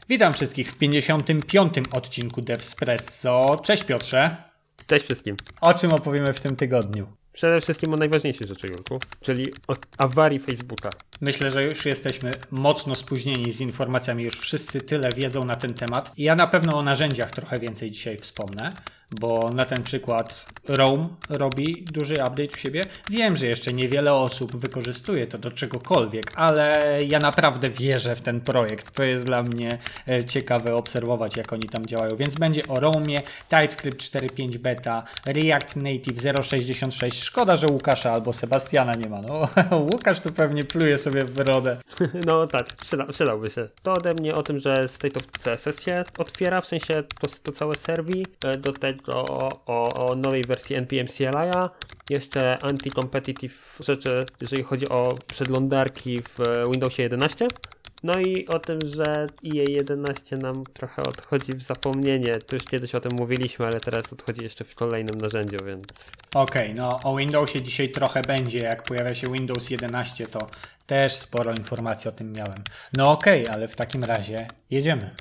Witam wszystkich w 55. odcinku Devspresso. Cześć Piotrze. Cześć wszystkim. O czym opowiemy w tym tygodniu? Przede wszystkim o najważniejszej rzeczy, Julku, czyli o awarii Facebooka. Myślę, że już jesteśmy mocno spóźnieni z informacjami, już wszyscy tyle wiedzą na ten temat. Ja na pewno o narzędziach trochę więcej dzisiaj wspomnę, bo na ten przykład Roam robi duży update w siebie. Wiem, że jeszcze niewiele osób wykorzystuje to do czegokolwiek, ale ja naprawdę wierzę w ten projekt. To jest dla mnie ciekawe obserwować, jak oni tam działają. Więc będzie o Roamie, TypeScript 4.5 beta, React Native 0.66. Szkoda, że Łukasza albo Sebastiana nie ma. No, Łukasz tu pewnie pluje sobie w brodę. No tak, przydałby się. To ode mnie o tym, że State of CSS się otwiera, w sensie to całe serwi, do tego o nowej wersji NPM CLI-a, jeszcze anti-competitive rzeczy, jeżeli chodzi o przeglądarki w Windowsie 11. No i o tym, że IE11 nam trochę odchodzi w zapomnienie. To już kiedyś o tym mówiliśmy, ale teraz odchodzi jeszcze w kolejnym narzędziu, więc... Okej, no o Windowsie dzisiaj trochę będzie. Jak pojawia się Windows 11, to też sporo informacji o tym miałem. No okej, ale w takim razie jedziemy.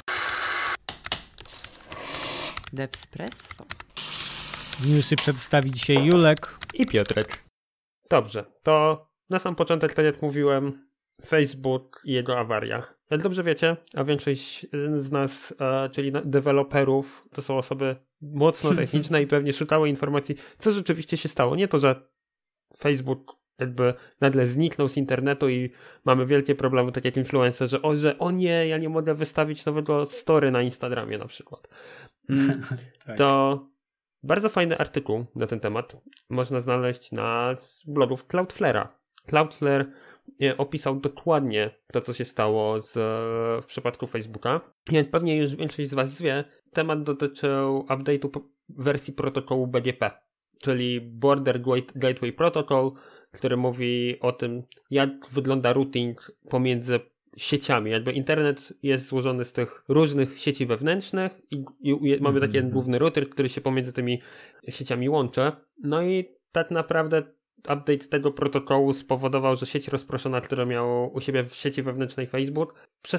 Devspresso. Newsy przedstawi dzisiaj Julek I Piotrek. Dobrze, to na sam początek, tak jak mówiłem, Facebook i jego awaria. Jak dobrze wiecie, a większość z nas, czyli deweloperów, to są osoby mocno techniczne i pewnie szukały informacji, co rzeczywiście się stało. Nie to, że Facebook jakby nagle zniknął z internetu i mamy wielkie problemy, tak jak influencer, że o nie, ja nie mogę wystawić nowego story na Instagramie na przykład. Tak. To bardzo fajny artykuł na ten temat można znaleźć na blogów Cloudflare'a. Cloudflare opisał dokładnie to, co się stało w przypadku Facebooka. Jak pewnie już większość z Was wie, temat dotyczył update'u wersji protokołu BGP, czyli Border Gateway Protocol, który mówi o tym, jak wygląda routing pomiędzy sieciami. Jakby internet jest złożony z tych różnych sieci wewnętrznych i mamy taki główny router, który się pomiędzy tymi sieciami łączy. No i tak naprawdę update tego protokołu spowodował, że sieć rozproszona, która miała u siebie w sieci wewnętrznej Facebook,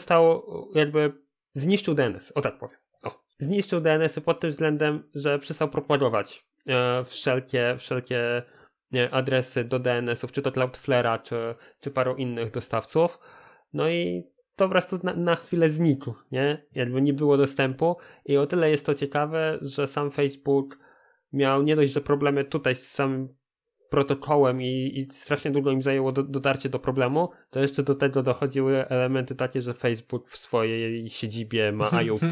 zniszczył DNS, o tak powiem. Zniszczył DNS-y pod tym względem, że przestał propagować wszelkie adresy do DNS-ów, czy to Cloudflare'a, czy paru innych dostawców. No i to po prostu na chwilę znikł, nie? Jakby nie było dostępu i o tyle jest to ciekawe, że sam Facebook miał nie dość, że problemy tutaj z samym protokołem i strasznie długo im zajęło dotarcie do problemu, to jeszcze do tego dochodziły elementy takie, że Facebook w swojej siedzibie ma IoT,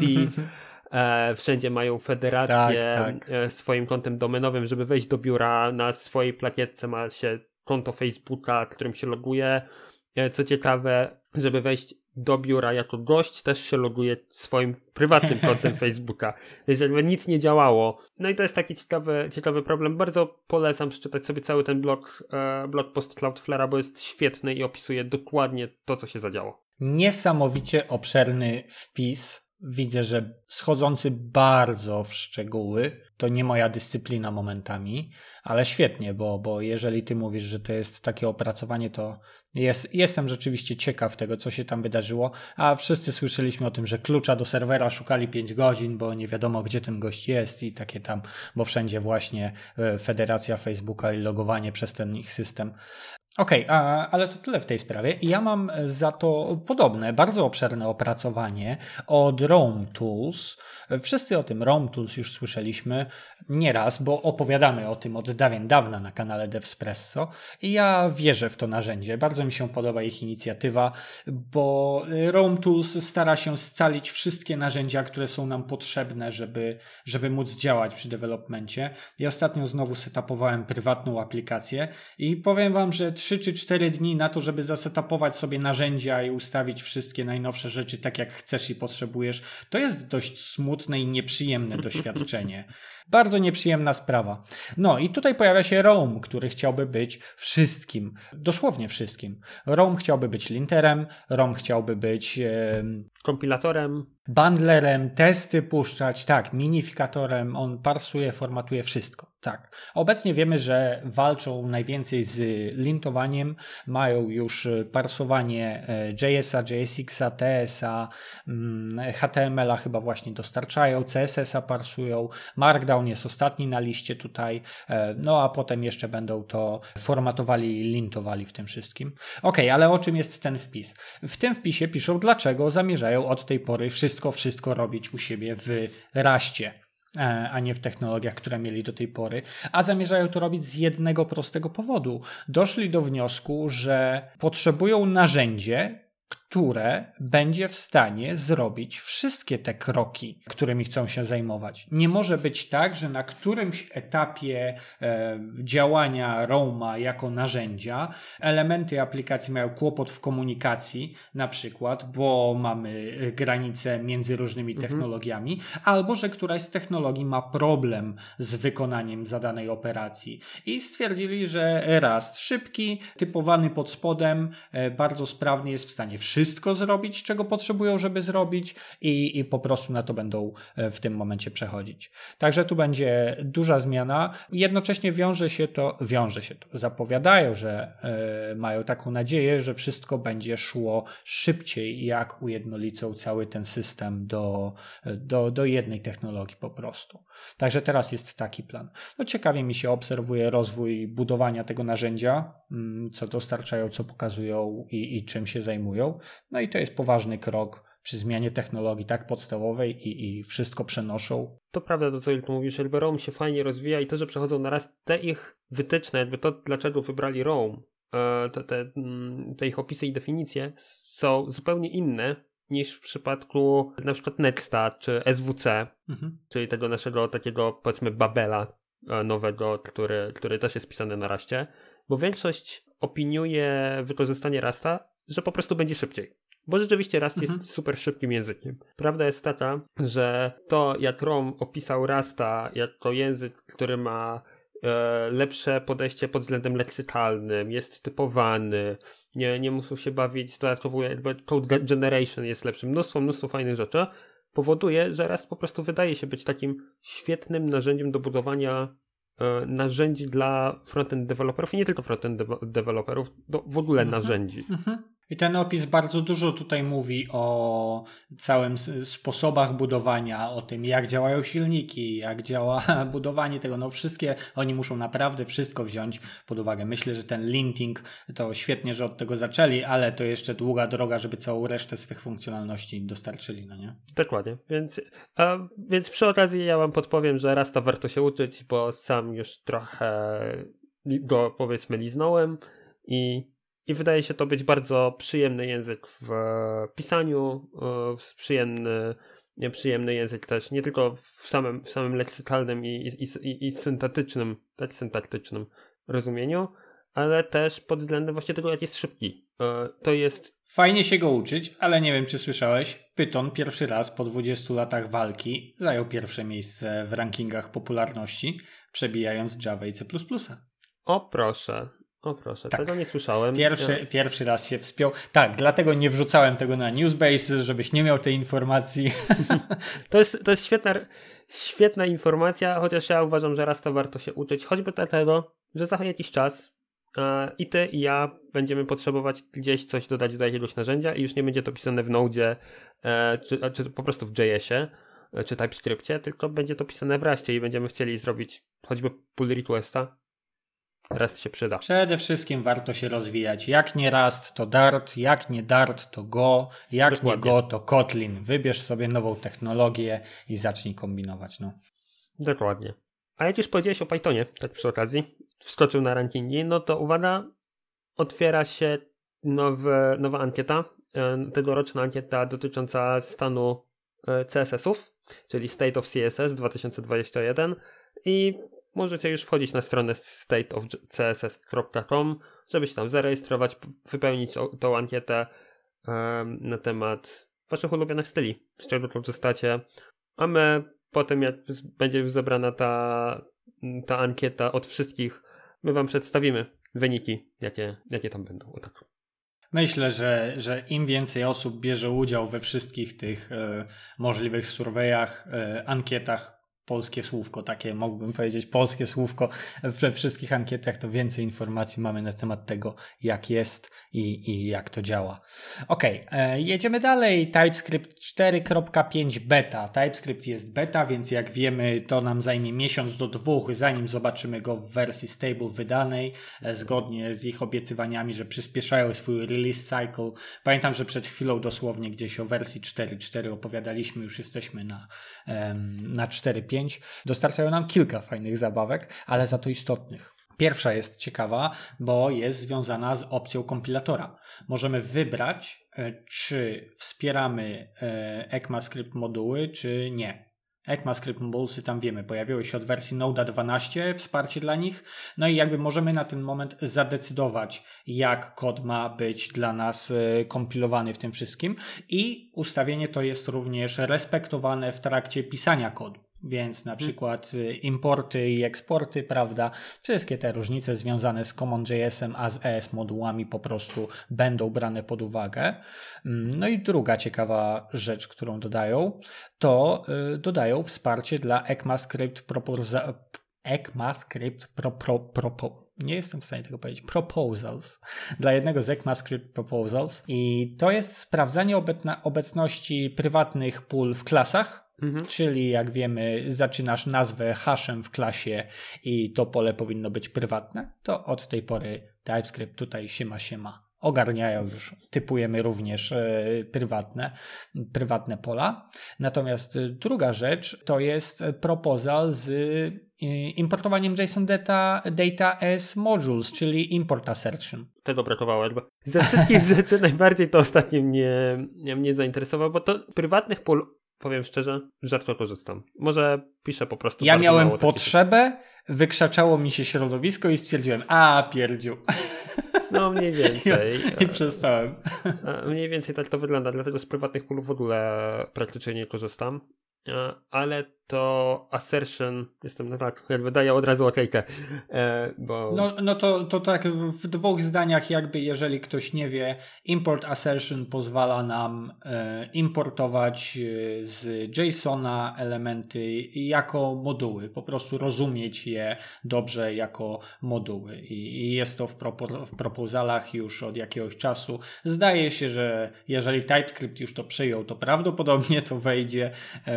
wszędzie mają federację swoim kontem domenowym, żeby wejść do biura, na swojej plakietce ma się konto Facebooka, którym się loguje. Co ciekawe, żeby wejść do biura jako gość, też się loguje swoim prywatnym kontem Facebooka. Więc jakby nic nie działało. No i to jest taki ciekawy problem. Bardzo polecam przeczytać sobie cały ten blog post Cloudflare'a, bo jest świetny i opisuje dokładnie to, co się zadziało. Niesamowicie obszerny wpis. Widzę, że schodzący bardzo w szczegóły. To nie moja dyscyplina momentami, ale świetnie, bo jeżeli ty mówisz, że to jest takie opracowanie, to jestem rzeczywiście ciekaw tego, co się tam wydarzyło, a wszyscy słyszeliśmy o tym, że klucza do serwera szukali 5 godzin, bo nie wiadomo, gdzie ten gość jest i takie tam, bo wszędzie właśnie federacja Facebooka i logowanie przez ten ich system. Okej, ale to tyle w tej sprawie. Ja mam za to podobne, bardzo obszerne opracowanie od Roam Tools. Wszyscy o tym Roam Tools już słyszeliśmy nieraz, bo opowiadamy o tym od dawna na kanale Devspresso i ja wierzę w to narzędzie. Bardzo mi się podoba ich inicjatywa, bo Roam Tools stara się scalić wszystkie narzędzia, które są nam potrzebne, żeby móc działać przy developmencie. Ja ostatnio znowu setupowałem prywatną aplikację i powiem wam, że 3 czy 4 dni na to, żeby zasetapować sobie narzędzia i ustawić wszystkie najnowsze rzeczy tak, jak chcesz i potrzebujesz, to jest dość smutne i nieprzyjemne doświadczenie. Bardzo nieprzyjemna sprawa. No i tutaj pojawia się Roam, który chciałby być wszystkim. Dosłownie wszystkim. Roam chciałby być linterem, Roam chciałby być kompilatorem. Bundlerem, testy puszczać, tak, minifikatorem, on parsuje, formatuje wszystko, tak. Obecnie wiemy, że walczą najwięcej z lintowaniem, mają już parsowanie JS-a, JSX-a, TS-a, HTML-a chyba właśnie dostarczają, CSS-a parsują, Markdown jest ostatni na liście tutaj, no a potem jeszcze będą to formatowali i lintowali w tym wszystkim. Okej, ale o czym jest ten wpis? W tym wpisie piszą, dlaczego zamierzają od tej pory wszystko robić u siebie w Ruście, a nie w technologiach, które mieli do tej pory, a zamierzają to robić z jednego prostego powodu. Doszli do wniosku, że potrzebują narzędzie, które będzie w stanie zrobić wszystkie te kroki, którymi chcą się zajmować. Nie może być tak, że na którymś etapie działania Roama jako narzędzia elementy aplikacji mają kłopot w komunikacji, na przykład, bo mamy granice między różnymi technologiami, albo że któraś z technologii ma problem z wykonaniem zadanej operacji. I stwierdzili, że Rust szybki, typowany pod spodem, bardzo sprawny, jest w stanie wszystko zrobić, czego potrzebują, żeby zrobić i po prostu na to będą w tym momencie przechodzić. Także tu będzie duża zmiana. Jednocześnie wiąże się to, zapowiadają, że mają taką nadzieję, że wszystko będzie szło szybciej, jak ujednolicą cały ten system do jednej technologii po prostu. Także teraz jest taki plan. No ciekawie mi się obserwuje rozwój budowania tego narzędzia, co dostarczają, co pokazują i czym się zajmują. No i to jest poważny krok przy zmianie technologii tak podstawowej i wszystko przenoszą. To prawda to, co tu mówisz, jakby Roam się fajnie rozwija i to, że przechodzą na raz te ich wytyczne, jakby to, dlaczego wybrali Roam, te ich opisy i definicje są zupełnie inne niż w przypadku na przykład Nexta czy SWC, czyli tego naszego takiego, powiedzmy, Babela nowego, który też jest pisany na Ruście, bo większość opiniuje wykorzystanie Rusta, że po prostu będzie szybciej. Bo rzeczywiście Rust jest super szybkim językiem. Prawda jest taka, że to jak Roam opisał Rusta jako język, który ma lepsze podejście pod względem leksykalnym, jest typowany, nie muszą się bawić dodatkowo, jakby code generation jest lepszym, mnóstwo fajnych rzeczy, powoduje, że Rust po prostu wydaje się być takim świetnym narzędziem do budowania narzędzi dla frontend deweloperów i nie tylko frontend deweloperów, w ogóle narzędzi. I ten opis bardzo dużo tutaj mówi o całym sposobach budowania, o tym jak działają silniki, jak działa budowanie tego, no wszystkie, oni muszą naprawdę wszystko wziąć pod uwagę. Myślę, że ten linting to świetnie, że od tego zaczęli, ale to jeszcze długa droga, żeby całą resztę swych funkcjonalności dostarczyli, no nie? Dokładnie, więc przy okazji ja wam podpowiem, że Rusta warto się uczyć, bo sam już trochę go, powiedzmy, liznąłem i wydaje się to być bardzo przyjemny język w pisaniu, przyjemny język też, nie tylko w samym leksykalnym i syntaktycznym rozumieniu, ale też pod względem właśnie tego, jak jest szybki. To jest... Fajnie się go uczyć, ale nie wiem, czy słyszałeś, Python pierwszy raz po 20 latach walki zajął pierwsze miejsce w rankingach popularności, przebijając Java i C++. O proszę, tak. Tego nie słyszałem. Pierwszy raz się wspiął. Tak, dlatego nie wrzucałem tego na Newsbase, żebyś nie miał tej informacji. To jest świetna informacja, chociaż ja uważam, że raz to warto się uczyć, choćby dlatego, że za jakiś czas i ty i ja będziemy potrzebować gdzieś coś dodać do jakiegoś narzędzia i już nie będzie to pisane w Node, czy po prostu w JS-ie, czy TypeScriptie, tylko będzie to pisane w Rustie i będziemy chcieli zrobić choćby pull requesta. Rust się przyda. Przede wszystkim warto się rozwijać. Jak nie Rust, to Dart. Jak nie Dart, to Go. Jak Dokładnie. Nie Go, to Kotlin. Wybierz sobie nową technologię i zacznij kombinować. No. Dokładnie. A jak już powiedziałeś o Pythonie, tak przy okazji, wskoczył na rankingi, no to uwaga, otwiera się nowa ankieta, tegoroczna ankieta dotycząca stanu CSS-ów, czyli State of CSS 2021 i możecie już wchodzić na stronę stateofcss.com, żeby się tam zarejestrować, wypełnić tą ankietę na temat waszych ulubionych styli, z czego korzystacie, a my potem, jak będzie już zebrana ta ankieta od wszystkich, my wam przedstawimy wyniki, jakie tam będą. O tak. Myślę, że im więcej osób bierze udział we wszystkich tych możliwych surveyach, ankietach, polskie słówko, takie mógłbym powiedzieć, polskie słówko, we wszystkich ankietach, to więcej informacji mamy na temat tego, jak jest i jak to działa. Okej, jedziemy dalej. TypeScript 4.5 beta. TypeScript jest beta, więc jak wiemy, to nam zajmie miesiąc do 2, zanim zobaczymy go w wersji stable wydanej, zgodnie z ich obiecywaniami, że przyspieszają swój release cycle. Pamiętam, że przed chwilą dosłownie gdzieś o wersji 4.4 opowiadaliśmy, już jesteśmy na 4.5. Dostarczają nam kilka fajnych zabawek, ale za to istotnych. Pierwsza jest ciekawa, bo jest związana z opcją kompilatora. Możemy wybrać, czy wspieramy ECMAScript moduły, czy nie. ECMAScript Modulesy tam wiemy, pojawiły się od wersji Node 12, wsparcie dla nich, no i jakby możemy na ten moment zadecydować, jak kod ma być dla nas kompilowany w tym wszystkim i ustawienie to jest również respektowane w trakcie pisania kodu. Więc na przykład importy i eksporty, prawda, wszystkie te różnice związane z CommonJS-em, a z ES modułami po prostu będą brane pod uwagę. No i druga ciekawa rzecz, którą dodają, to dodają wsparcie dla nie jestem w stanie tego powiedzieć, proposals, dla jednego z ECMAScript proposals i to jest sprawdzanie obecności prywatnych pól w klasach. Czyli jak wiemy, zaczynasz nazwę hashem w klasie i to pole powinno być prywatne, to od tej pory TypeScript tutaj siema ogarniają już, typujemy również prywatne pola. Natomiast druga rzecz to jest proposal z importowaniem JSON data as modules, czyli import assertion. Tego brakowało. Ze wszystkich rzeczy najbardziej to ostatnio mnie zainteresowało, bo to prywatnych pól, powiem szczerze, rzadko korzystam. Może piszę po prostu. Ja miałem potrzebę, wykrzaczało mi się środowisko i stwierdziłem, pierdziu. No mniej więcej. I przestałem. Mniej więcej tak to wygląda, dlatego z prywatnych pól w ogóle praktycznie nie korzystam. Ale to assertion, jakby daję od razu okejkę. Bo... No to tak w 2 zdaniach jakby, jeżeli ktoś nie wie, import assertion pozwala nam importować z JSON-a elementy jako moduły, po prostu rozumieć je dobrze jako moduły i jest to w proposalach już od jakiegoś czasu. Zdaje się, że jeżeli TypeScript już to przyjął, to prawdopodobnie to wejdzie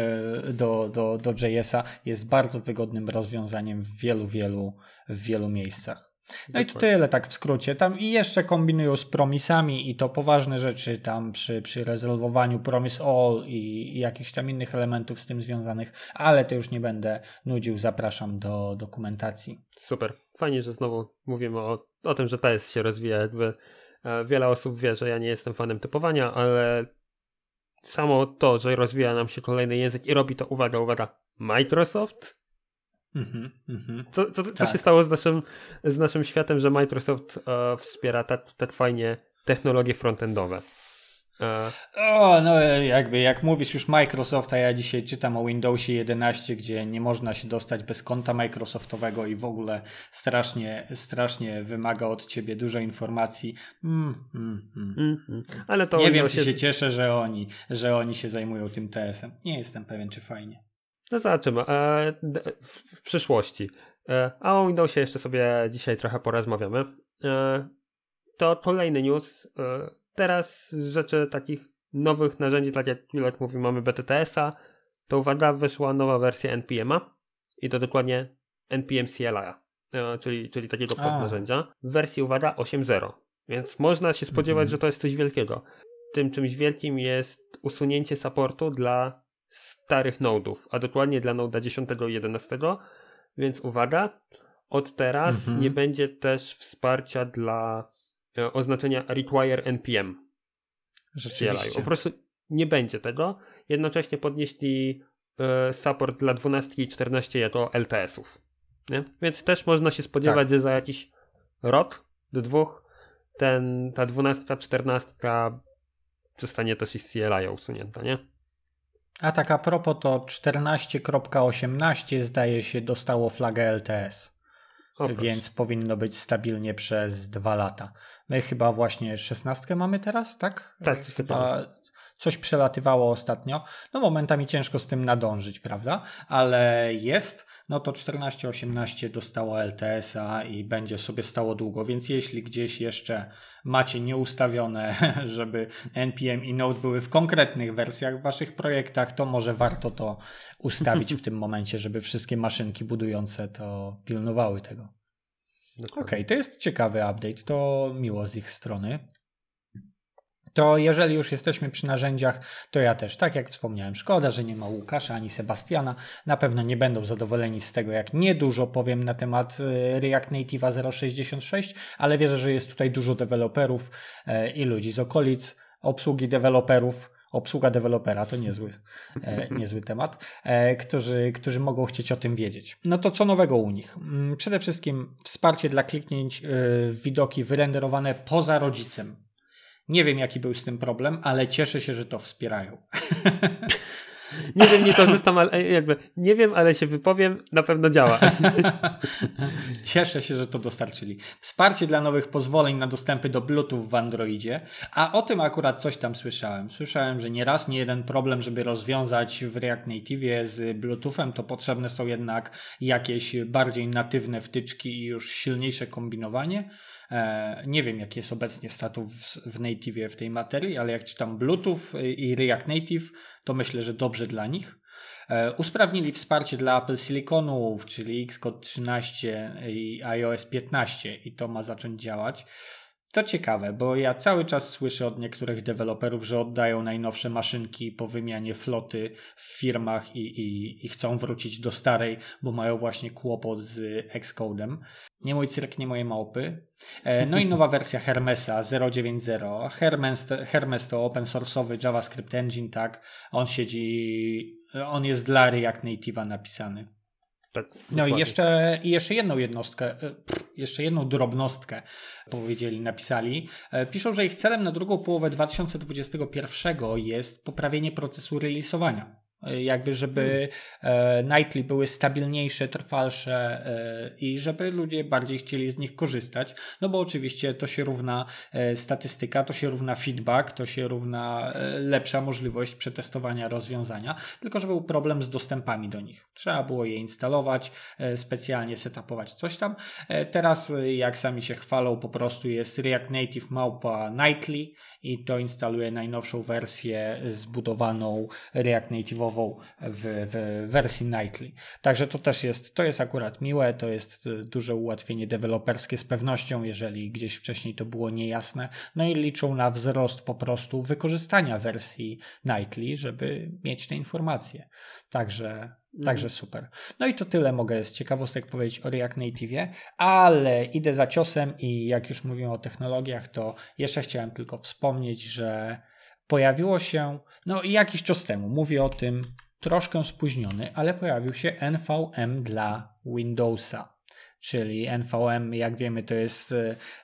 do JS-a, jest bardzo wygodnym rozwiązaniem w wielu miejscach. No i to tyle tak w skrócie. Tam i jeszcze kombinują z promisami i to poważne rzeczy tam przy rezolwowaniu promise all i jakichś tam innych elementów z tym związanych, ale to już nie będę nudził, zapraszam do dokumentacji. Super. Fajnie, że znowu mówimy o tym, że TS się rozwija. Jakby wiele osób wie, że ja nie jestem fanem typowania, ale samo to, że rozwija nam się kolejny język i robi to, uwaga, Microsoft. Co się stało z naszym światem, że Microsoft wspiera tak fajnie technologie frontendowe? No jakby jak mówisz już Microsoft, a ja dzisiaj czytam o Windowsie 11, gdzie nie można się dostać bez konta Microsoftowego i w ogóle strasznie wymaga od ciebie dużo informacji. Ale to nie wiem, czy się cieszę, że oni się zajmują tym TS-em. Nie jestem pewien, czy fajnie. No zobaczymy. W przyszłości. A o Windowsie jeszcze sobie dzisiaj trochę porozmawiamy. To kolejny news. Teraz z rzeczy takich nowych narzędzi, tak jak mówi, mamy BTTS-a, to uwaga, wyszła nowa wersja NPM-a i to dokładnie NPM CLI, czyli takiego podnarzędzia. W wersji, uwaga, 8.0. Więc można się spodziewać, że to jest coś wielkiego. Tym czymś wielkim jest usunięcie supportu dla starych nodów, a dokładnie dla Node'a 10 i 11. Więc uwaga, od teraz nie będzie też wsparcia dla oznaczenia require npm. Rzeczywiście. Po prostu nie będzie tego. Jednocześnie podnieśli support dla 12 i 14 jako LTS-ów. Nie? Więc też można się spodziewać, że za jakiś rok do 2 ta 12, 14 zostanie też i z CLI usunięta, nie? A tak a propos, to 14.18 zdaje się dostało flagę LTS. więc powinno być stabilnie przez 2 lata. My chyba właśnie 16 mamy teraz, tak? Tak, coś przelatywało ostatnio. No momentami ciężko z tym nadążyć, prawda? Ale jest, no to 14.18 dostało LTS-a i będzie sobie stało długo, więc jeśli gdzieś jeszcze macie nieustawione, żeby NPM i Node były w konkretnych wersjach w waszych projektach, to może warto to ustawić w tym momencie, żeby wszystkie maszynki budujące to pilnowały tego. Okej, to jest ciekawy update, to miło z ich strony. To jeżeli już jesteśmy przy narzędziach, to ja też, tak jak wspomniałem, szkoda, że nie ma Łukasza ani Sebastiana. Na pewno nie będą zadowoleni z tego, jak niedużo powiem na temat React Native'a 0.66, ale wierzę, że jest tutaj dużo deweloperów i ludzi z okolic, obsługa dewelopera to niezły temat, którzy mogą chcieć o tym wiedzieć. No to co nowego u nich? Przede wszystkim wsparcie dla kliknięć w widoki wyrenderowane poza rodzicem. Nie wiem, jaki był z tym problem, ale cieszę się, że to wspierają. Nie wiem, nie korzystam, ale nie wiem, ale się wypowiem, na pewno działa. Cieszę się, że to dostarczyli. Wsparcie dla nowych pozwoleń na dostępy do Bluetooth w Androidzie, a o tym akurat coś tam słyszałem. Słyszałem, że nie jeden problem, żeby rozwiązać w React Native z Bluetoothem, to potrzebne są jednak jakieś bardziej natywne wtyczki i już silniejsze kombinowanie. Nie wiem, jaki jest obecnie status w Native w tej materii, ale jak czytam Bluetooth i React Native, to myślę, że dobrze dla nich. Usprawnili wsparcie dla Apple Siliconów, czyli Xcode 13 i iOS 15 i to ma zacząć działać. To ciekawe, bo ja cały czas słyszę od niektórych deweloperów, że oddają najnowsze maszynki po wymianie floty w firmach i chcą wrócić do starej, bo mają właśnie kłopot z Xcode'em. Nie mój cyrk, nie moje małpy. No i nowa wersja Hermesa 0.9.0. Hermes to open source'owy JavaScript engine, tak? On jest dla React Native'a napisany. Tak, no i jeszcze jedną drobnostkę napisali. Piszą, że ich celem na drugą połowę 2021 jest poprawienie procesu releasowania. Jakby, żeby Nightly były stabilniejsze, trwalsze i żeby ludzie bardziej chcieli z nich korzystać. No bo oczywiście to się równa statystyka, to się równa feedback, to się równa lepsza możliwość przetestowania rozwiązania, tylko że był problem z dostępami do nich. Trzeba było je instalować, specjalnie setupować coś tam. Teraz, jak sami się chwalą, po prostu jest React Native _Nightly i to instaluje najnowszą wersję zbudowaną React Native'ową w wersji Nightly. Także to jest akurat miłe, to jest duże ułatwienie deweloperskie z pewnością, jeżeli gdzieś wcześniej to było niejasne. No i liczą na wzrost po prostu wykorzystania wersji Nightly, żeby mieć te informacje. Także super. No i to tyle mogę z ciekawostek powiedzieć o React Native'ie, ale idę za ciosem i jak już mówimy o technologiach, to jeszcze chciałem tylko wspomnieć, że pojawiło się, no jakiś czas temu, mówię o tym troszkę spóźniony, ale pojawił się NVM dla Windowsa. Czyli NVM, jak wiemy, to jest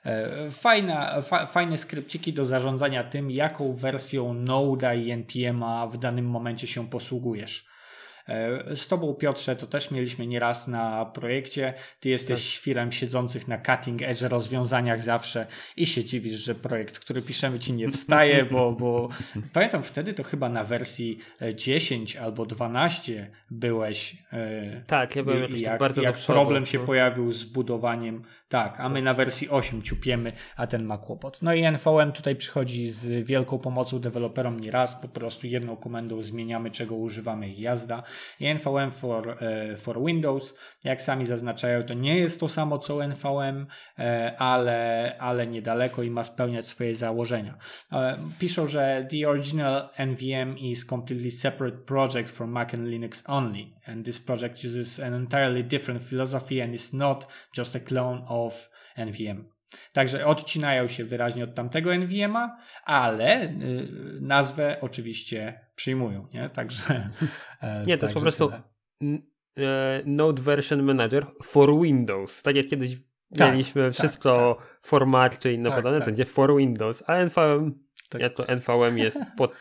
fajne skrypciki do zarządzania tym, jaką wersją Node'a i NPM'a w danym momencie się posługujesz. Z tobą, Piotrze, to też mieliśmy nieraz na projekcie. Ty jesteś świrem siedzących na cutting edge rozwiązaniach zawsze i się dziwisz, że projekt, który piszemy, ci nie wstaje, bo pamiętam wtedy to chyba na wersji 10 albo 12 byłeś. Tak, ja byłem jakoś bardzo jak problem się pojawił z budowaniem. Tak, a my na wersji 8 ciupiemy, a ten ma kłopot. No i NVM tutaj przychodzi z wielką pomocą deweloperom nieraz, po prostu jedną komendą zmieniamy, czego używamy i jazda. I NVM for Windows, jak sami zaznaczają, to nie jest to samo co NVM, ale niedaleko i ma spełniać swoje założenia. Piszą, że the original NVM is completely separate project from Mac and Linux only, and this project uses an entirely different philosophy and is not just a clone of NVM. Także odcinają się wyraźnie od tamtego NVM'a, ale nazwę oczywiście przyjmują, nie? Także nie, to jest po prostu Node Version Manager for Windows. Tak jak kiedyś mieliśmy wszystko format czy inne podane, to będzie for Windows, a NVM, to NVM jest pod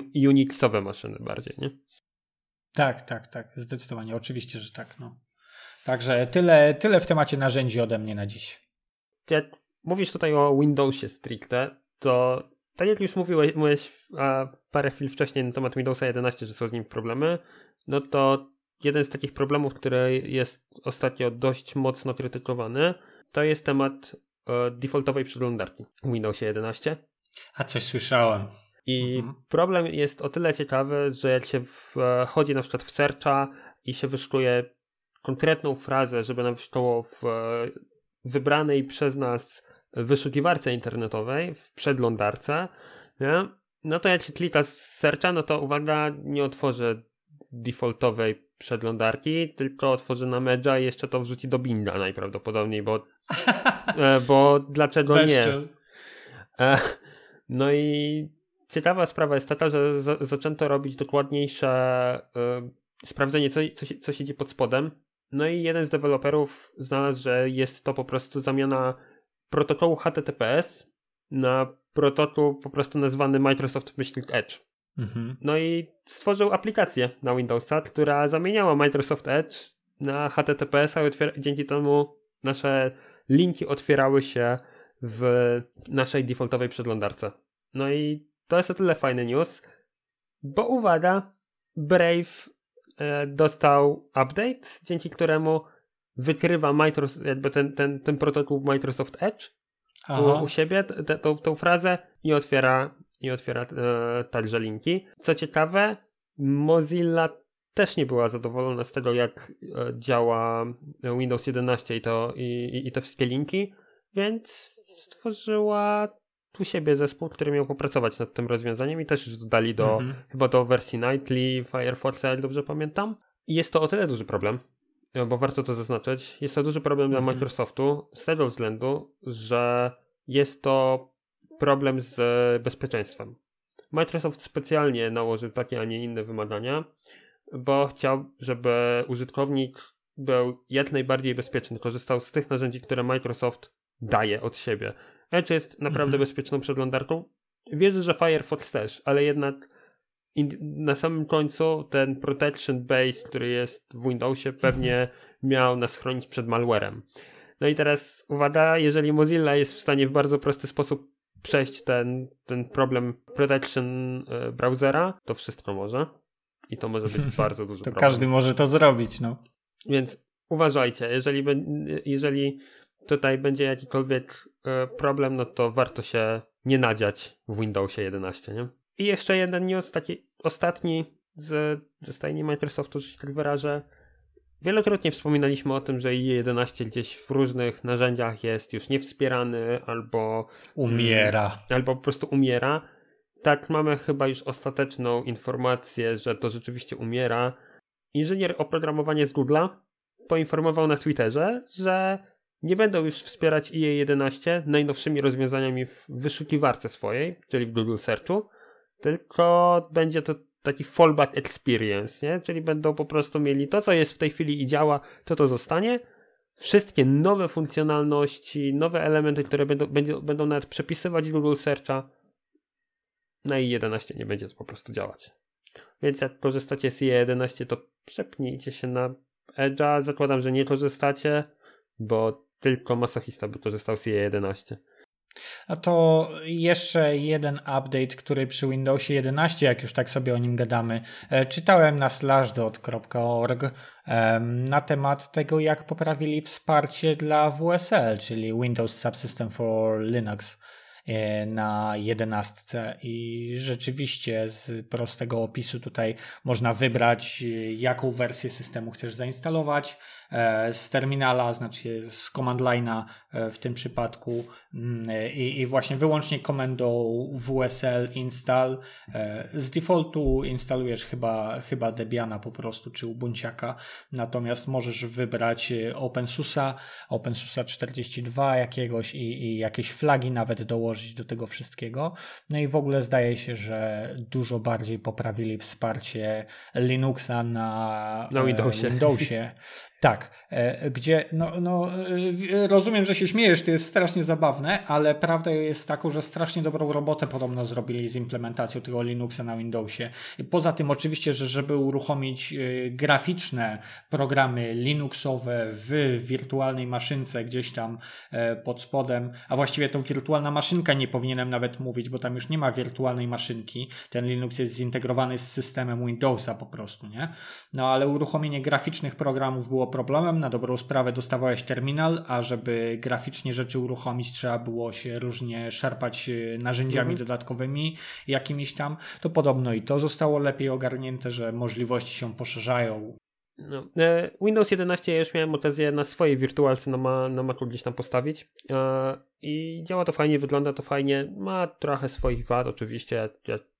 Unixowe maszyny bardziej, nie? Tak, zdecydowanie. Oczywiście, że tak, no. Także tyle w temacie narzędzi ode mnie na dziś. Jak mówisz tutaj o Windowsie stricte, to tak jak już mówiłeś parę chwil wcześniej na temat Windowsa 11, że są z nim problemy, no to jeden z takich problemów, który jest ostatnio dość mocno krytykowany, to jest temat defaultowej przeglądarki w Windowsie 11. A coś słyszałem. I problem jest o tyle ciekawy, że jak się wchodzi na przykład w searcha i się wyszukuje konkretną frazę, żeby nam wyszło w wybranej przez nas wyszukiwarce internetowej, w przeglądarce, nie? No to jak się klika z searcha, no to uwaga, nie otworzy defaultowej przeglądarki, tylko otworzy nam Edge'a i jeszcze to wrzuci do Binga najprawdopodobniej, bo dlaczego nie? No i ciekawa sprawa jest taka, że zaczęto robić dokładniejsze sprawdzenie, co siedzi pod spodem. No i jeden z deweloperów znalazł, że jest to po prostu zamiana protokołu HTTPS na protokół po prostu nazwany Microsoft Edge. No i stworzył aplikację na Windowsa, która zamieniała Microsoft Edge na HTTPS-a i dzięki temu nasze linki otwierały się w naszej defaultowej przeglądarce. No i to jest o tyle fajny news, bo uwaga, Brave dostał update, dzięki któremu wykrywa jakby ten protokół Microsoft Edge u siebie, tą frazę i otwiera także linki. Co ciekawe, Mozilla też nie była zadowolona z tego, jak działa Windows 11 i te wszystkie linki, więc stworzyła u siebie zespół, który miał popracować nad tym rozwiązaniem i też już dodali chyba do wersji Nightly Firefoxa, jak dobrze pamiętam. I jest to o tyle duży problem, bo warto to zaznaczyć. Jest to duży problem dla Microsoftu z tego względu, że jest to problem z bezpieczeństwem. Microsoft specjalnie nałożył takie, a nie inne wymagania, bo chciał, żeby użytkownik był jak najbardziej bezpieczny, korzystał z tych narzędzi, które Microsoft daje od siebie. Edge jest naprawdę bezpieczną przeglądarką. Wierzę, że Firefox też, ale jednak na samym końcu ten protection base, który jest w Windowsie, pewnie miał nas chronić przed malwarem. No i teraz uwaga, jeżeli Mozilla jest w stanie w bardzo prosty sposób przejść ten problem protection browsera, to wszystko może. I to może być bardzo duży problem. To każdy może to zrobić, no. Więc uważajcie, jeżeli tutaj będzie jakikolwiek problem, no to warto się nie nadziać w Windowsie 11, nie? I jeszcze jeden news, taki ostatni ze stajni Microsoftu, że się tak wyrażę. Wielokrotnie wspominaliśmy o tym, że IE11 gdzieś w różnych narzędziach jest już niewspierany albo umiera. Albo po prostu umiera. Tak, mamy chyba już ostateczną informację, że to rzeczywiście umiera. Inżynier oprogramowania z Google'a poinformował na Twitterze, że nie będą już wspierać IE11 najnowszymi rozwiązaniami w wyszukiwarce swojej, czyli w Google Searchu, tylko będzie to taki fallback experience, nie? Czyli będą po prostu mieli to, co jest w tej chwili i działa, to zostanie. Wszystkie nowe funkcjonalności, nowe elementy, które będą nawet przepisywać Google Searcha, na i11 nie będzie to po prostu działać. Więc jak korzystacie z i11, to przepnijcie się na Edge'a. Zakładam, że nie korzystacie, bo tylko masochista by korzystał z i11. A to jeszcze jeden update, który przy Windowsie 11, jak już tak sobie o nim gadamy, czytałem na slashdot.org na temat tego, jak poprawili wsparcie dla WSL, czyli Windows Subsystem for Linux na 11 i rzeczywiście z prostego opisu tutaj można wybrać, jaką wersję systemu chcesz zainstalować, z terminala, znaczy z command line'a w tym przypadku i właśnie wyłącznie komendą WSL install. Z defaultu instalujesz chyba Debiana po prostu, czy Ubunciaka, natomiast możesz wybrać OpenSUSE 42 jakiegoś i jakieś flagi nawet dołożyć do tego wszystkiego. No i w ogóle zdaje się, że dużo bardziej poprawili wsparcie Linuxa na Windowsie. Tak, gdzie, rozumiem, że się śmiejesz, to jest strasznie zabawne, ale prawda jest taką, że strasznie dobrą robotę podobno zrobili z implementacją tego Linuxa na Windowsie. Poza tym oczywiście, że żeby uruchomić graficzne programy Linuxowe w wirtualnej maszynce gdzieś tam pod spodem, a właściwie to wirtualna maszynka nie powinienem nawet mówić, bo tam już nie ma wirtualnej maszynki, ten Linux jest zintegrowany z systemem Windowsa po prostu, nie? No ale uruchomienie graficznych programów było problemem, na dobrą sprawę dostawałeś terminal, a żeby graficznie rzeczy uruchomić trzeba było się różnie szarpać narzędziami dodatkowymi jakimiś tam, to podobno i to zostało lepiej ogarnięte, że możliwości się poszerzają. No. Windows 11 ja już miałem okazję na swojej wirtualce na Macu gdzieś tam postawić i działa to fajnie, wygląda to fajnie, ma trochę swoich wad oczywiście,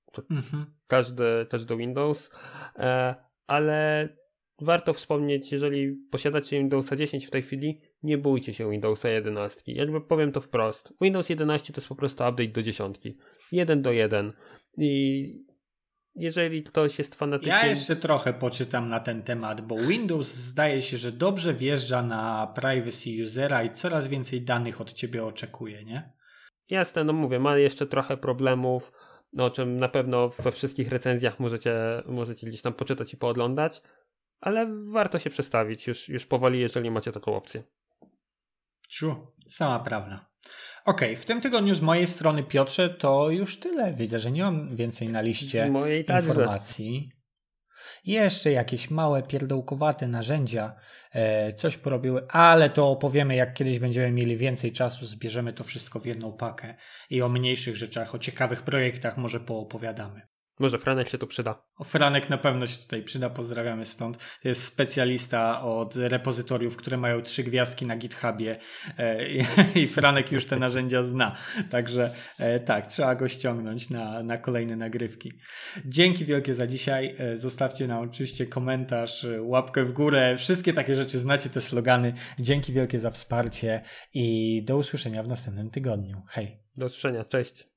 każdy Windows, ale warto wspomnieć, jeżeli posiadacie Windowsa 10 w tej chwili, nie bójcie się Windowsa 11. Jakby powiem to wprost. Windows 11 to jest po prostu update do 10. 1:1. I jeżeli ktoś jest fanatykiem... Ja jeszcze trochę poczytam na ten temat, bo Windows zdaje się, że dobrze wjeżdża na privacy usera i coraz więcej danych od ciebie oczekuje, nie? Jasne, no mówię, ma jeszcze trochę problemów, o czym na pewno we wszystkich recenzjach możecie gdzieś tam poczytać i pooglądać. Ale warto się przestawić już powoli, jeżeli macie taką opcję. True, sama prawda. Okej, w tym tygodniu z mojej strony, Piotrze, to już tyle. Widzę, że nie mam więcej na liście z mojej informacji. Jeszcze jakieś małe, pierdołkowate narzędzia coś porobiły, ale to opowiemy, jak kiedyś będziemy mieli więcej czasu, zbierzemy to wszystko w jedną pakę i o mniejszych rzeczach, o ciekawych projektach może poopowiadamy. Może Franek się tu przyda. Franek na pewno się tutaj przyda, pozdrawiamy stąd. To jest specjalista od repozytoriów, które mają 3 gwiazdki na GitHubie i Franek już te narzędzia zna. Także tak, trzeba go ściągnąć na kolejne nagrywki. Dzięki wielkie za dzisiaj. Zostawcie nam oczywiście komentarz, łapkę w górę. Wszystkie takie rzeczy, znacie te slogany. Dzięki wielkie za wsparcie i do usłyszenia w następnym tygodniu. Hej. Do usłyszenia, cześć.